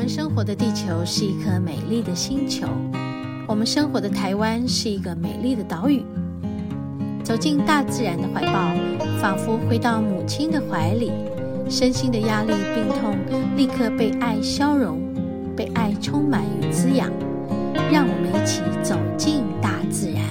们生活的地球是一颗美丽的星球，我们生活的台湾是一个美丽的岛屿。走进大自然的怀抱，仿佛回到母亲的怀里，身心的压力、病痛立刻被爱消融，被爱充满与滋养。让我们一起走进大自然。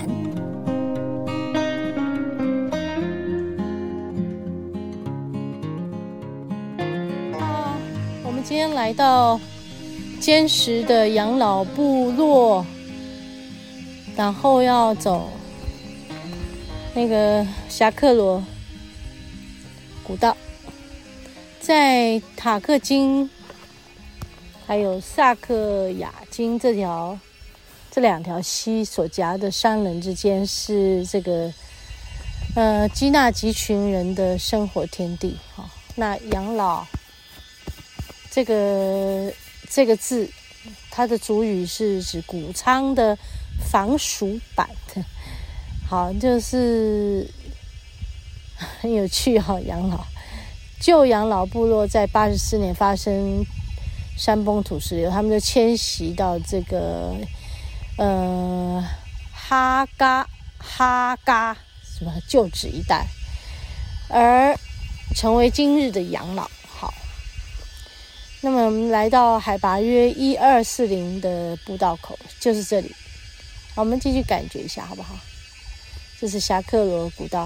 我们今天来到坚实的养老部落，然后要走那个侠客罗古道，在塔克金还有萨克亚金这两条溪所夹的山棱之间，是这个基纳吉群人的生活天地。那养老这个字，它的族语是指谷仓的防暑板。好，就是很有趣养老。旧养老部落在84年发生山崩土石流，他们就迁徙到这个哈嘎什么旧址一带，而成为今日的养老。好，那么我们来到海拔约1240的步道口，就是这里。好，我们继续感觉一下好不好？这是侠客罗古道。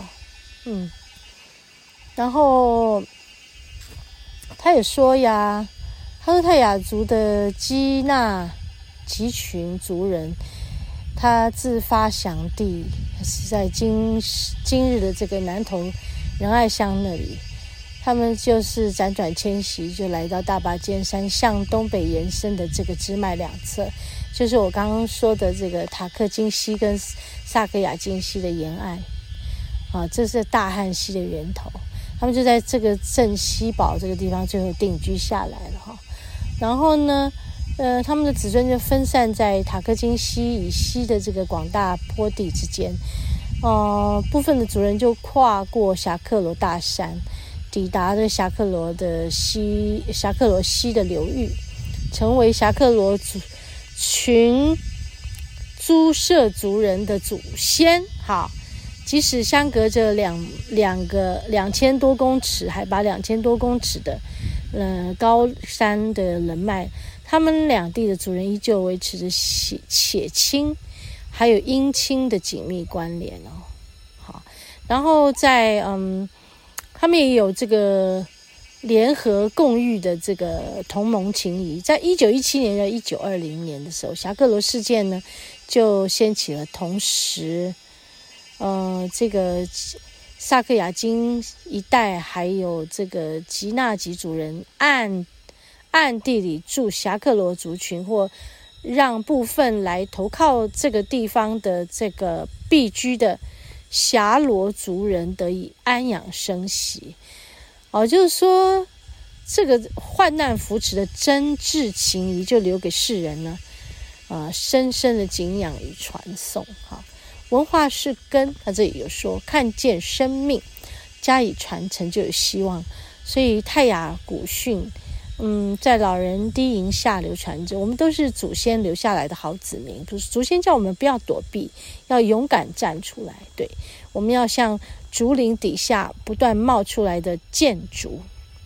然后他也说呀，他说泰雅族的基纳吉群族人，他自发祥地是在今日的这个南投仁爱乡那里，他们就是辗转迁徙，就来到大拔尖山向东北延伸的这个支脉两侧，就是我刚刚说的这个塔克金溪跟萨克亚金溪的沿岸这是大汉溪的源头。他们就在这个镇西堡这个地方最后定居下来了然后呢他们的子孙就分散在塔克金溪以西的这个广大坡地之间。部分的族人就跨过侠客罗大山，抵达了侠客罗溪的流域，成为侠客罗群租舍族人的祖先。好，即使相隔着两个2000多公尺，海拔2000多公尺的高山的人脉，他们两地的族人依旧维持着血亲还有姻亲的紧密关联好，然后在他们也有这个联合共育的这个同盟情谊。在1917年到1920年的时候，侠客罗事件呢就掀起了同时这个萨克亚金一带还有这个吉纳吉族人暗地里驻侠客罗族群，或让部分来投靠这个地方的这个避居的侠罗族人得以安养生息。就是说这个患难扶持的真挚情谊就留给世人呢深深的敬仰与传颂。文化是根，他这里有说看见生命加以传承就有希望，所以泰雅古训在老人低吟下流传着，我们都是祖先留下来的好子民，祖先叫我们不要躲避，要勇敢站出来。对，我们要像竹林底下不断冒出来的箭竹。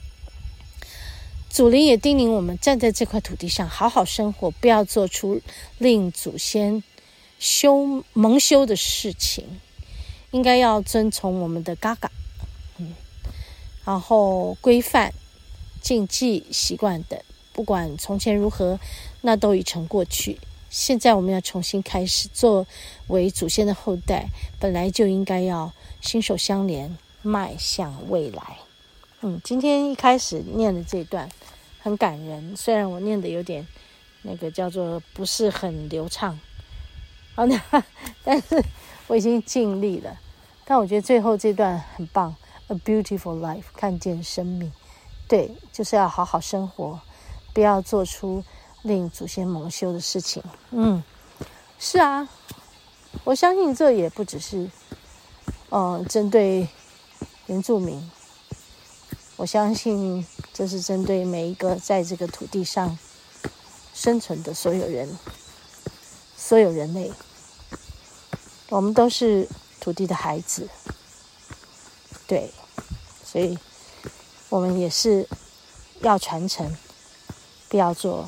祖灵也叮咛我们站在这块土地上好好生活，不要做出令祖先蒙羞的事情，应该要遵从我们的嘎嘎然后规范禁忌习惯等，不管从前如何，那都已成过去。现在我们要重新开始，作为祖先的后代，本来就应该要心手相连，迈向未来。今天一开始念的这一段很感人，虽然我念的有点那个叫做不是很流畅但是我已经尽力了。但我觉得最后这段很棒， A beautiful life， 看见生命。对，就是要好好生活，不要做出令祖先蒙羞的事情。是啊，我相信这也不只是针对原住民，我相信这是针对每一个在这个土地上生存的所有人，所有人类，我们都是土地的孩子。对，所以我们也是要传承，不要做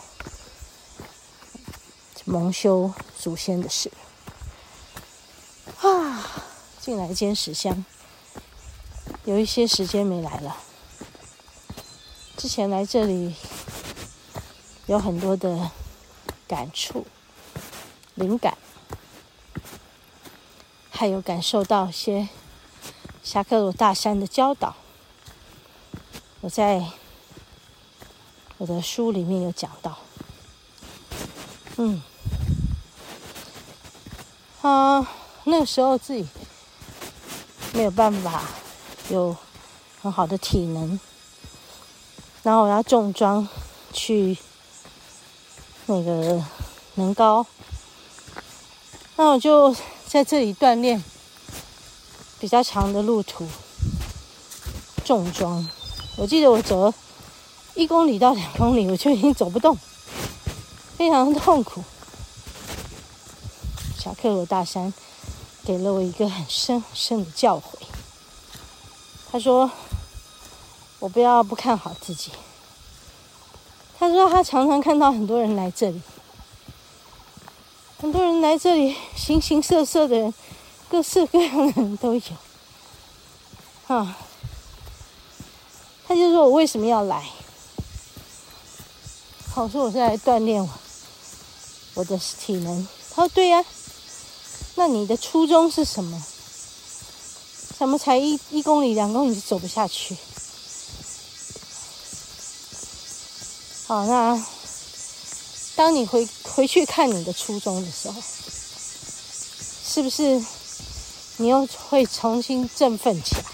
蒙羞祖先的事啊！进来间10香，有一些时间没来了。之前来这里有很多的感触、灵感，还有感受到一些霞喀罗大山的教导。我在我的书里面有讲到，那个时候自己没有办法有很好的体能，然后我要重装去那个能高，那我就在这里锻炼比较长的路途，重装。我记得我走了1公里到2公里，我就已经走不动，非常的痛苦。霞喀罗大山给了我一个很深深的教诲，他说我不看好自己。他说他常常看到很多人来这里，很多人来这里，形形色色的人，各式各样的人都有他就说我为什么要来？我说我是来锻炼我的体能。他说对呀，那你的初衷是什么？怎么才1公里2公里就走不下去？好，那当你回去看你的初衷的时候，是不是你又会重新振奋起来？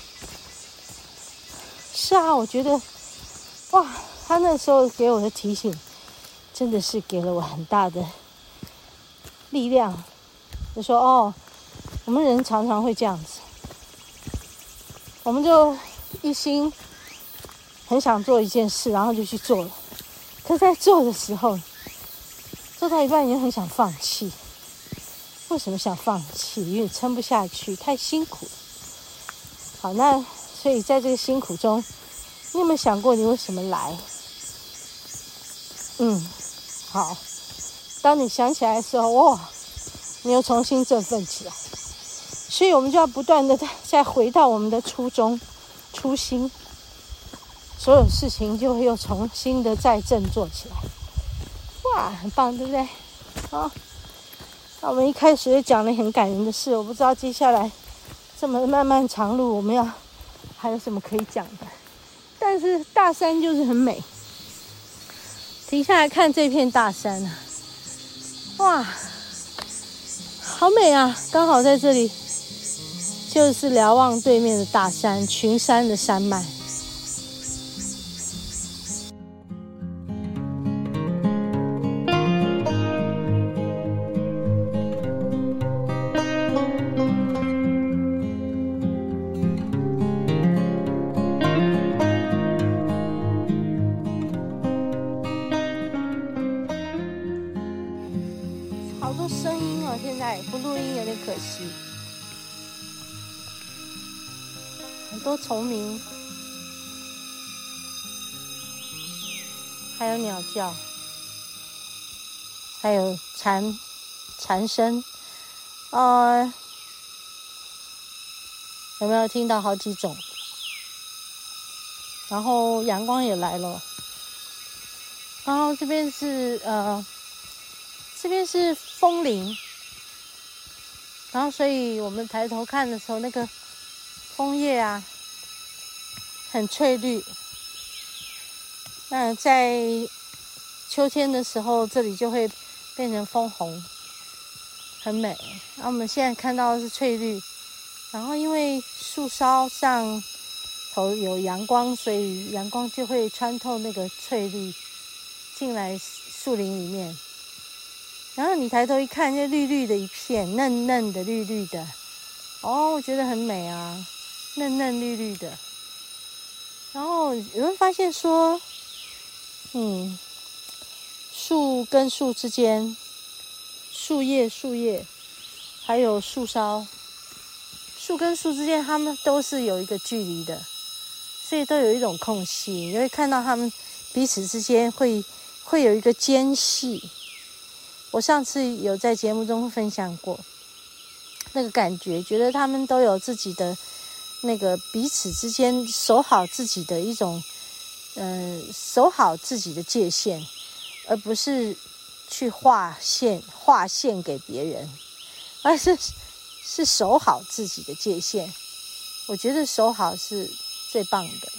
是啊，我觉得哇，他那时候给我的提醒真的是给了我很大的力量，就说我们人常常会这样子，我们就一心很想做一件事，然后就去做了，可在做的时候做到一半也很想放弃。为什么想放弃？因为撑不下去，太辛苦了。好，那所以在这个辛苦中，你有没有想过你为什么来？好，当你想起来的时候，你又重新振奋起来。所以我们就要不断的再回到我们的初衷、初心，所有事情就会又重新的再振作起来。哇，很棒，对不对？好，那我们一开始也讲了很感人的事，我不知道接下来这么漫漫长路，我们还有什么可以讲的？但是大山就是很美，停下来看这片大山啊，哇，好美啊！刚好在这里就是瞭望对面的大山，群山的山脉。好多声音哦，现在不录音有点可惜。很多虫鸣，还有鸟叫，还有蝉声，有没有听到好几种？然后阳光也来了，然后这边是枫林，然后所以我们抬头看的时候，那个枫叶啊很翠绿。那在秋天的时候，这里就会变成枫红，很美。然后我们现在看到的是翠绿，然后因为树梢上头有阳光，所以阳光就会穿透那个翠绿进来树林里面。然后你抬头一看，就绿绿的一片，嫩嫩的绿绿的，我觉得很美啊，嫩嫩绿绿的。然后有人发现说， 树跟树之间，树叶还有树梢，树跟树之间它们都是有一个距离的，所以都有一种空隙，你会看到它们彼此之间会有一个间隙。我上次有在节目中分享过那个感觉，觉得他们都有自己的那个彼此之间守好自己的一种守好自己的界限，而不是去划线给别人，而是守好自己的界限。我觉得守好是最棒的。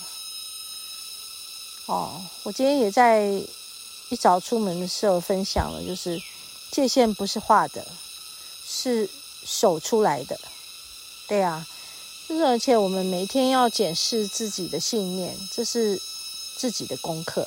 我今天也在一早出门的时候分享了，就是界限不是画的，是守出来的。对啊，就是而且我们每天要检视自己的信念，这是自己的功课。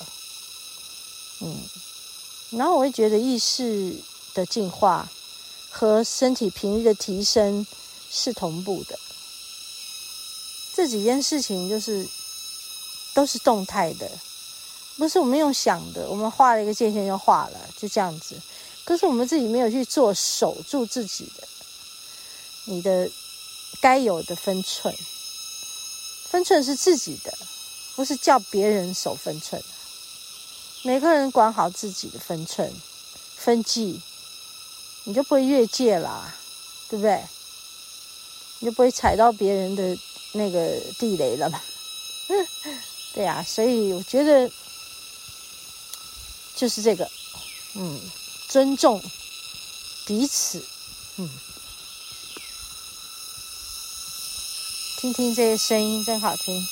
然后我会觉得意识的进化和身体频率的提升是同步的。这几件事情都是动态的，不是我们用想的，我们画了一个界限就画了，就这样子。可是我们自己没有去做守住自己的你的该有的分寸是自己的，不是叫别人守分寸。每个人管好自己的分寸分际，你就不会越界啦，对不对？你就不会踩到别人的那个地雷了嘛。对啊，所以我觉得就是这个尊重彼此。听听这些声音真好听。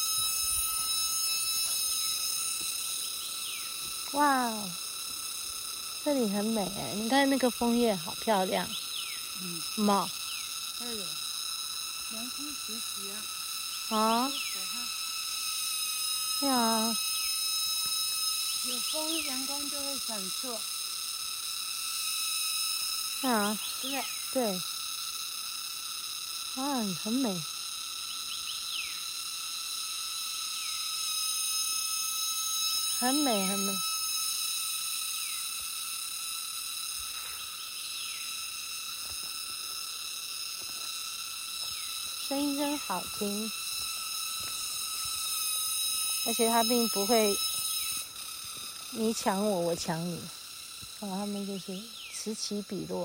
哇，这里很美哎！你看那个枫叶好漂亮。茂。 还有阳光徐徐啊。啊。对啊。 有风，阳光就会闪烁。 啊。 对不对？ 对。啊，很美。很美，很美。声音真好听，而且它并不会你抢我，我抢你，他们就是此起彼落。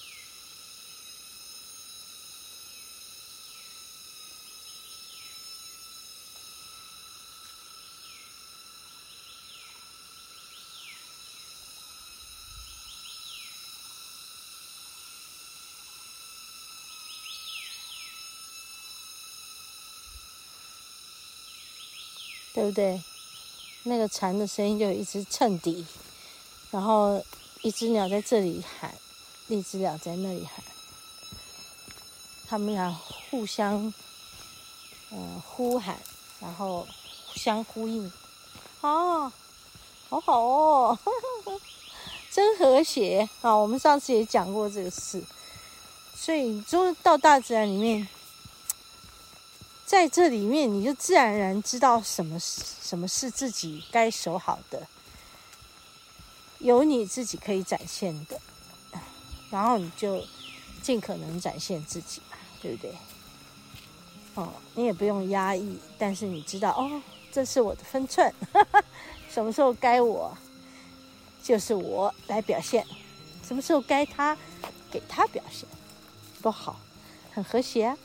对不对？那个蝉的声音就一直衬底，然后一只鸟在这里喊，一只鸟在那里喊，他们俩互相呼喊，然后相呼应。好好哦。真和谐啊！我们上次也讲过这个事，所以就到大自然里面，在这里面你就自然而然知道什么是自己该守好的，有你自己可以展现的，然后你就尽可能展现自己嘛，对不对？你也不用压抑，但是你知道这是我的分寸，什么时候该我就是我来表现，什么时候该他给他表现，多好，很和谐啊。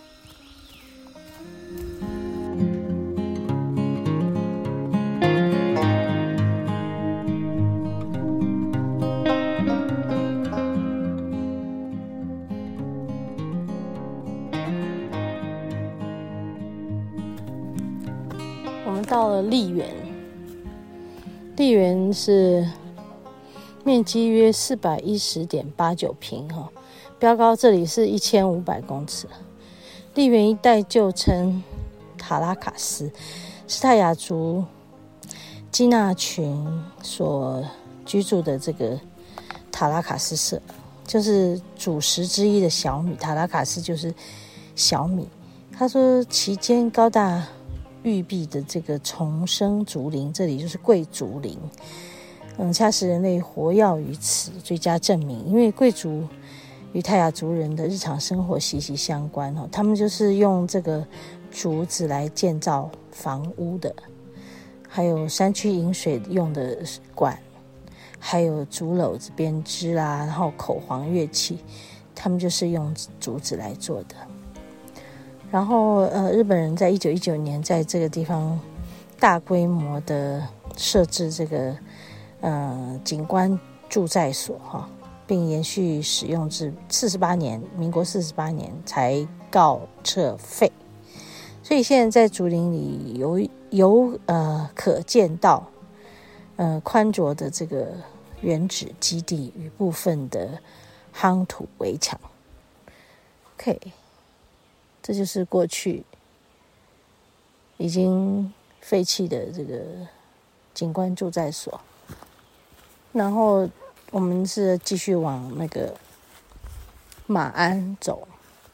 我们到了丽园，丽园是面积约410.89平，标高这里是1500公尺。丽园一带就称塔拉卡斯，是泰雅族基纳群所居住的这个塔拉卡斯社，就是主食之一的小米。塔拉卡斯就是小米。他说其间高大玉璧的这个重生竹林，这里就是桂竹林， 恰使人类活跃于此最佳证明。因为贵族与泰雅族人的日常生活息息相关，他们就是用这个竹子来建造房屋的，还有山区饮水用的管，还有竹篓子编织然后口簧乐器，他们就是用竹子来做的。然后日本人在1919年在这个地方大规模的设置这个景观住宅所并延续使用至民国48年才告撤废。所以现在在竹林里有可见到宽绰的这个原址基地与部分的夯土围墙。 OK， 这就是过去已经废弃的这个景观住宅所。然后我们是继续往那个马鞍走。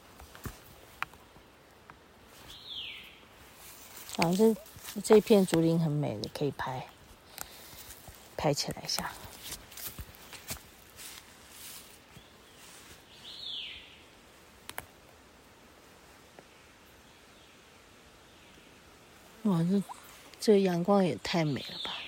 这一片竹林很美的，可以拍起来一下。哇，这阳光也太美了吧！